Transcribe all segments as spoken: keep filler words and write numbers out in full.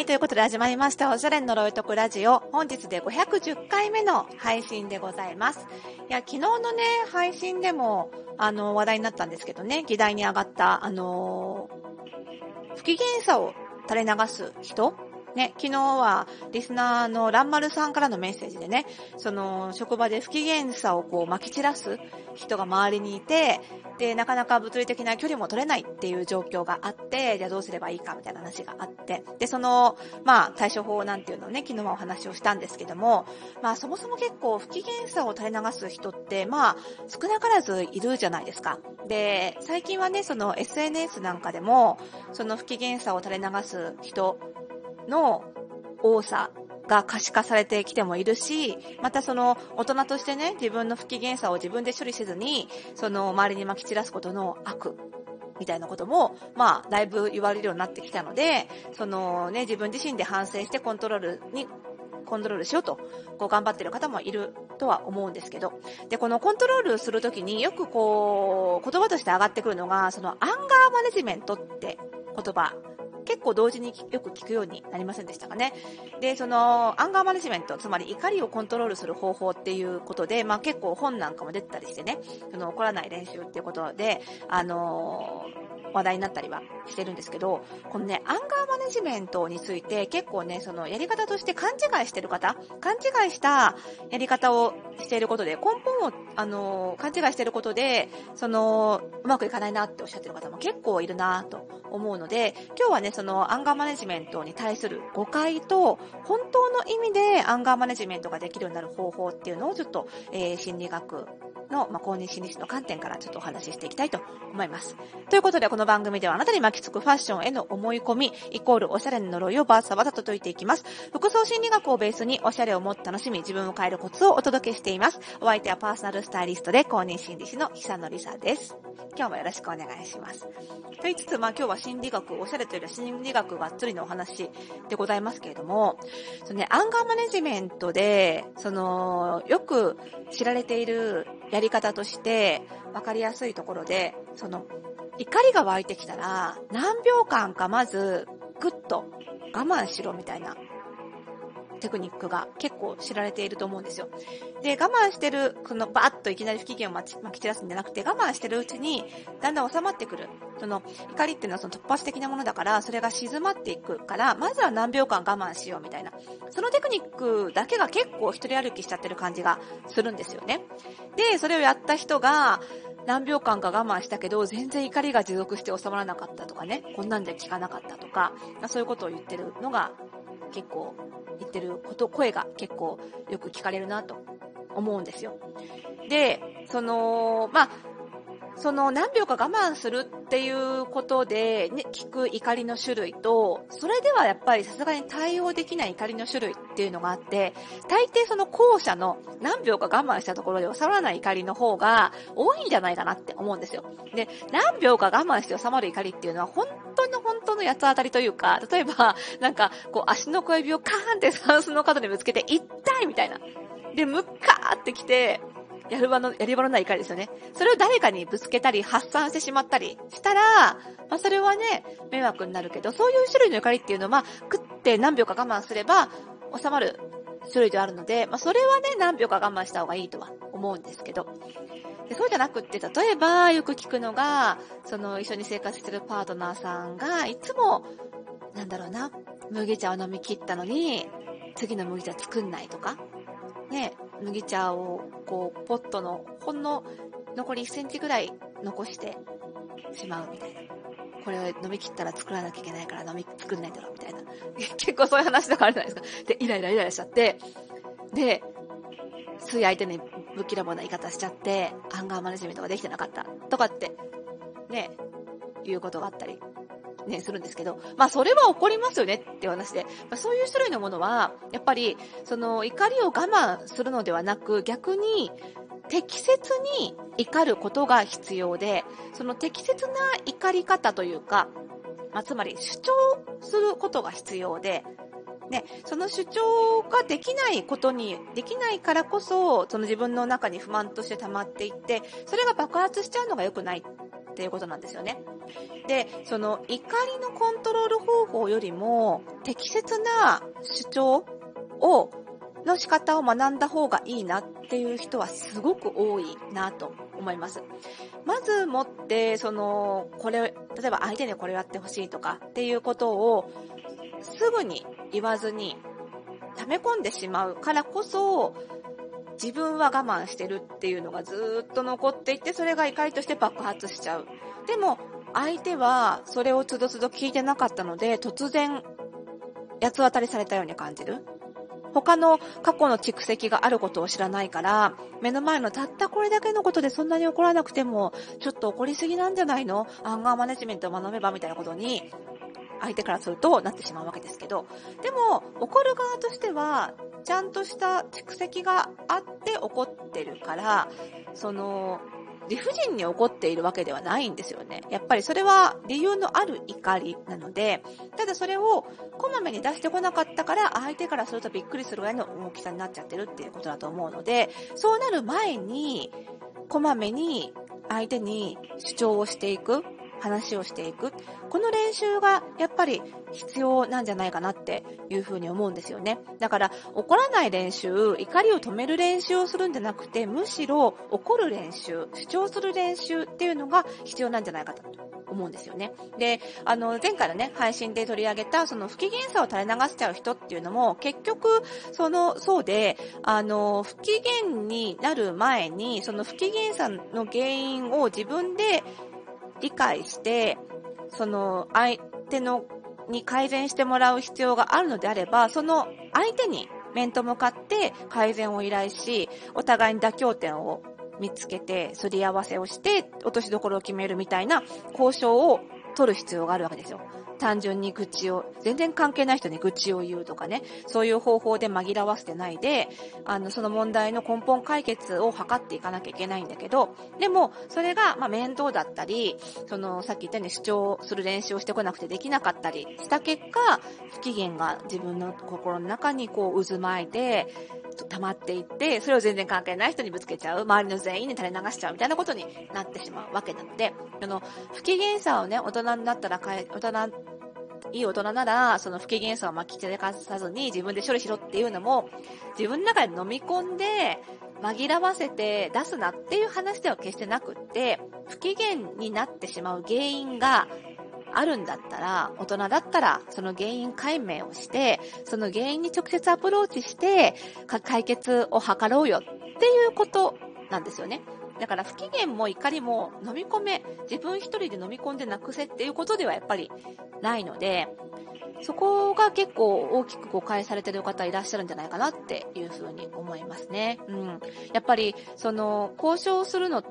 い、ということで始まりました、おしゃれの呪いとくラジオ。本日でごひゃくじゅっかいめの配信でございます。いや、昨日のね、配信でも、あの、話題になったんですけどね、議題に上がった、あのー、不機嫌さを垂れ流す人ね、昨日はリスナーのランマルさんからのメッセージでね、その職場で不機嫌さをこう撒き散らす人が周りにいて、で、なかなか物理的な距離も取れないっていう状況があって、じゃあどうすればいいかみたいな話があって、で、その、まあ、対処法なんていうのをね、昨日はお話をしたんですけども、まあ、そもそも結構不機嫌さを垂れ流す人って、まあ、少なからずいるじゃないですか。で、最近はね、その エスエヌエス なんかでも、その不機嫌さを垂れ流す人の多さが可視化されてきてもいるし、またその大人としてね、自分の不機嫌さを自分で処理せずに、その周りに撒き散らすことの悪みたいなことも、まあ、だいぶ言われるようになってきたので、そのね、自分自身で反省してコントロールに、コントロールしようと、こう頑張ってる方もいるとは思うんですけど、で、このコントロールするときによくこう、言葉として上がってくるのが、そのアンガーマネジメントって言葉、結構同時によく聞くようになりませんでしたかね。で、そのアンガーマネジメント、つまり怒りをコントロールする方法っていうことで、まあ結構本なんかも出てたりしてね、その怒らない練習っていうことで、あのー話題になったりはしてるんですけど、このね、アンガーマネジメントについて結構ね、そのやり方として勘違いしてる方、勘違いしたやり方をしていることで、根本を、あのー、勘違いしていることで、その、うまくいかないなっておっしゃってる方も結構いるなと思うので、今日はね、そのアンガーマネジメントに対する誤解と、本当の意味でアンガーマネジメントができるようになる方法っていうのをちょっと、えー、心理学の、まあ、公認心理師の観点からちょっとお話ししていきたいと思います。ということで、この番組ではあなたに巻きつくファッションへの思い込み、イコールおしゃれの呪いをバーサバサと解いていきます。服装心理学をベースにおしゃれをもっと楽しみ、自分を変えるコツをお届けしています。お相手はパーソナルスタイリストで公認心理師の久野里沙です。今日もよろしくお願いします。と言いつつ、まあ今日は心理学、おしゃれというよりは心理学がっつりのお話でございますけれども、そのね、アンガーマネジメントで、その、よく知られているやり方として分かりやすいところで、その怒りが湧いてきたら何秒間かまずぐっと我慢しろみたいなテクニックが結構知られていると思うんですよ。で、我慢してる、このバーッといきなり不機嫌をまき散らすんじゃなくて、我慢してるうちにだんだん収まってくる。その怒りっていうのはその突発的なものだから、それが静まっていくから、まずは何秒間我慢しようみたいな。そのテクニックだけが結構一人歩きしちゃってる感じがするんですよね。で、それをやった人が、何秒間か我慢したけど、全然怒りが持続して収まらなかったとかね、こんなんで効かなかったとか、そういうことを言ってるのが結構、言ってること、声が結構よく聞かれるなと思うんですよ。で、その、まあ、その何秒か我慢するっていうことで、ね、聞く怒りの種類と、それではやっぱりさすがに対応できない怒りの種類っていうのがあって、大抵その後者の何秒か我慢したところで収まらない怒りの方が多いんじゃないかなって思うんですよ。で、何秒か我慢して収まる怒りっていうのは本当の本当の八つ当たりというか、例えばなんかこう足の小指をカーンってタンスの角にぶつけて痛いみたいな。で、ムッカーってきて、やる場の、やり場のない怒りですよね。それを誰かにぶつけたり発散してしまったりしたら、まあそれはね、迷惑になるけど、そういう種類の怒りっていうのは、まあ、食って何秒か我慢すれば収まる種類であるので、まあそれはね、何秒か我慢した方がいいとは思うんですけど。でそうじゃなくって、例えばよく聞くのが、その一緒に生活してるパートナーさんが、いつも、なんだろうな、麦茶を飲み切ったのに、次の麦茶作んないとか、ね、麦茶をこうポットのほんの残りいっセンチぐらい残してしまうみたいな。これを飲み切ったら作らなきゃいけないから飲み作んないだろうみたいな。結構そういう話とかあるじゃないですか。で、イライライライラしちゃって、で、つい相手にぶっきらぼうな言い方しちゃって、アンガーマネジメントができてなかったとかって、ね、いうことがあったり。ね、するんですけど、まあそれは起こりますよねっていう話で、まあ、そういう種類のものはやっぱりその怒りを我慢するのではなく、逆に適切に怒ることが必要で、その適切な怒り方というか、まあ、つまり主張することが必要で、ね、その主張ができないことに、できないからこそ、その自分の中に不満として溜まっていって、それが爆発しちゃうのが良くないっていうことなんですよね。で、その怒りのコントロール方法よりも適切な主張をの仕方を学んだ方がいいなっていう人はすごく多いなと思います。まずもって、その、これ、例えば相手にこれをやってほしいとかっていうことをすぐに言わずに溜め込んでしまうからこそ、自分は我慢してるっていうのがずーっと残っていて、それが怒りとして爆発しちゃう。でも、相手はそれをつどつど聞いてなかったので、突然、八つ当たりされたように感じる。他の過去の蓄積があることを知らないから、目の前のたったこれだけのことでそんなに怒らなくても、ちょっと怒りすぎなんじゃないの？アンガーマネジメントを学べばみたいなことに、相手からするとなってしまうわけですけど、でも、怒る側としては、ちゃんとした蓄積があって怒ってるから、その、理不尽に怒っているわけではないんですよね。やっぱりそれは理由のある怒りなので、ただそれをこまめに出してこなかったから、相手からするとびっくりするぐらいの大きさになっちゃってるっていうことだと思うので、そうなる前に、こまめに相手に主張をしていく、話をしていく。この練習がやっぱり必要なんじゃないかなっていうふうに思うんですよね。だから怒らない練習、怒りを止める練習をするんじゃなくて、むしろ怒る練習、主張する練習っていうのが必要なんじゃないかと思うんですよね。で、あの前回のね配信で取り上げたその不機嫌さを垂れ流しちゃう人っていうのも結局そのそうで、あの不機嫌になる前にその不機嫌さの原因を自分で理解して、その相手のに改善してもらう必要があるのであれば、その相手に面と向かって改善を依頼し、お互いに妥協点を見つけて、すり合わせをして、落としどころを決めるみたいな交渉を取る必要があるわけですよ。単純に愚痴を、全然関係ない人に愚痴を言うとかね、そういう方法で紛らわせてないで、あの、その問題の根本解決を図っていかなきゃいけないんだけど、でも、それが、まあ、面倒だったり、その、さっき言ったように主張する練習をしてこなくてできなかったりした結果、不機嫌が自分の心の中にこう渦巻いて、溜まっていって、それを全然関係ない人にぶつけちゃう、周りの全員に垂れ流しちゃうみたいなことになってしまうわけなので、あの、不機嫌さをね、大人になったら変え、大人、いい大人なら、その不機嫌さをまき散らかさずに自分で処理しろっていうのも、自分の中で飲み込んで、紛らわせて出すなっていう話では決してなくって、不機嫌になってしまう原因があるんだったら、大人だったらその原因解明をして、その原因に直接アプローチして、解決を図ろうよっていうことなんですよね。だから不機嫌も怒りも飲み込め、自分一人で飲み込んでなくせっていうことではやっぱりないので、そこが結構大きく誤解されている方いらっしゃるんじゃないかなっていうふうに思いますね。うん。やっぱり、その、交渉するのって、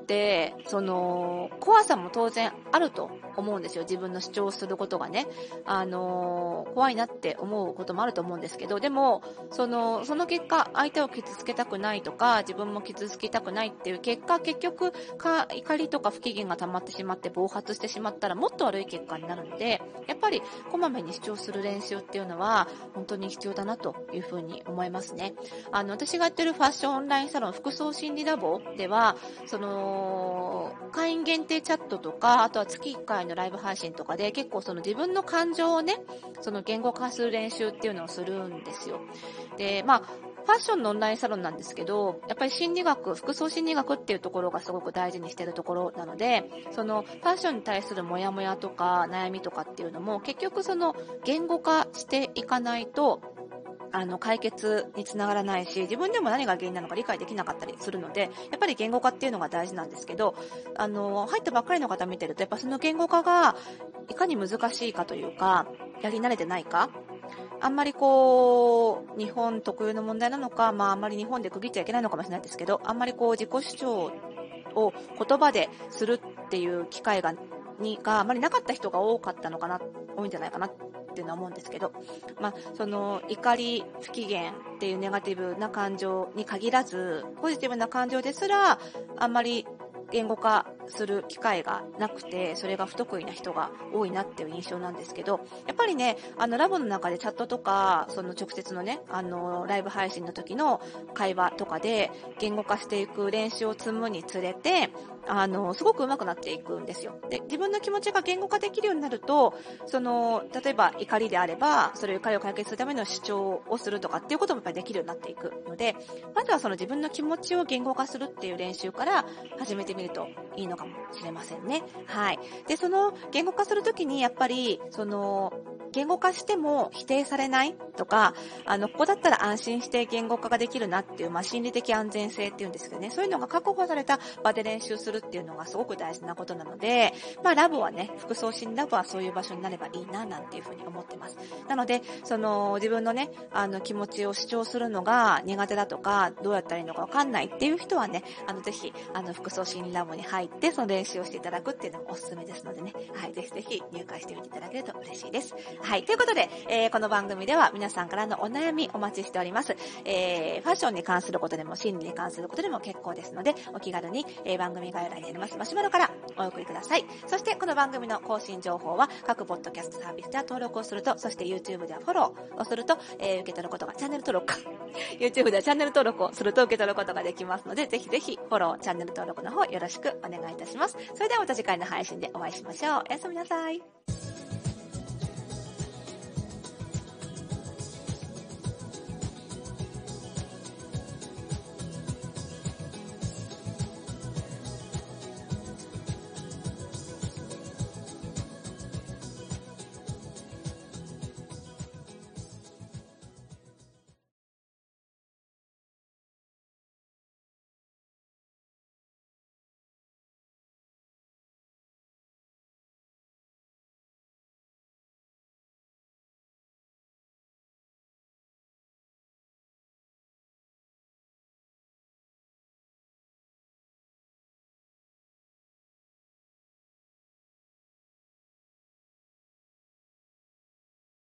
その、怖さも当然あると思うんですよ。自分の主張することがね。あの、怖いなって思うこともあると思うんですけど、でも、その、その結果、相手を傷つけたくないとか、自分も傷つけたくないっていう結果、結局、か怒りとか不機嫌が溜まってしまって暴発してしまったらもっと悪い結果になるので、やっぱり、こまめに主張する練習っていうのは本当に必要だなというふうに思いますね。あの私がやってるファッションオンラインサロン服装心理ラボでは、その会員限定チャットとか、あとは月いっかいのライブ配信とかで結構その自分の感情をね、その言語化する練習っていうのをするんですよ。で、まあファッションのオンラインサロンなんですけど、やっぱり心理学、服装心理学っていうところがすごく大事にしているところなので、そのファッションに対するモヤモヤとか悩みとかっていうのも結局その言語化していかないと、あの解決につながらないし、自分でも何が原因なのか理解できなかったりするので、やっぱり言語化っていうのが大事なんですけど、あの入ったばっかりの方見てると、やっぱその言語化がいかに難しいかというか、やり慣れてないか、あんまりこう日本特有の問題なのか、まああんまり日本で区切っちゃいけないのかもしれないですけど、あんまりこう自己主張を言葉でするっていう機会がにがあまりなかった人が多かったのかな、多いんじゃないかなっていうのは思うんですけど、まあその怒り、不機嫌っていうネガティブな感情に限らず、ポジティブな感情ですらあんまり言語化する機会がなくて、それが不得意な人が多いなっていう印象なんですけど、やっぱりね、あのラボの中でチャットとか、その直接のね、あのライブ配信の時の会話とかで言語化していく練習を積むにつれて、 あの、すごく上手くなっていくんですよ。で、自分の気持ちが言語化できるようになると、その、例えば怒りであれば、それを怒りを解決するための主張をするとかっていうこともやっぱりできるようになっていくので、まずはその自分の気持ちを言語化するっていう練習から始めてみるといいのかもしれませんね。はい。で、その言語化するときにやっぱり、その、言語化しても否定されないとか、あの、ここだったら安心して言語化ができるなっていう、まあ、心理的安全性っていうんですけどね、そういうのが確保された場で練習するっていうのがすごく大事なことなので、まあ、ラボはね、複層心理ラボはそういう場所になればいいな、なんていうふうに思ってます。なので、その、自分のね、あの、気持ちを主張するのが苦手だとか、どうやったらいいのかわかんないっていう人はね、あの、ぜひ、あの、複層心理ラボに入って、その練習をしていただくっていうのもおすすめですのでね、はい、ぜひぜひ入会してみていただけると嬉しいです。はい。ということで、えー、この番組では皆さんからのお悩みお待ちしております。えー、ファッションに関することでも心理に関することでも結構ですので、お気軽に、えー、番組概要欄にありますマシュマロからお送りください。そしてこの番組の更新情報は各ポッドキャストサービスでは登録をすると、そして YouTube ではフォローをすると、えー、受け取ることが、チャンネル登録か。YouTube ではチャンネル登録をすると受け取ることができますので、ぜひぜひフォロー、チャンネル登録の方よろしくお願いいたします。それではまた次回の配信でお会いしましょう。おやすみなさい。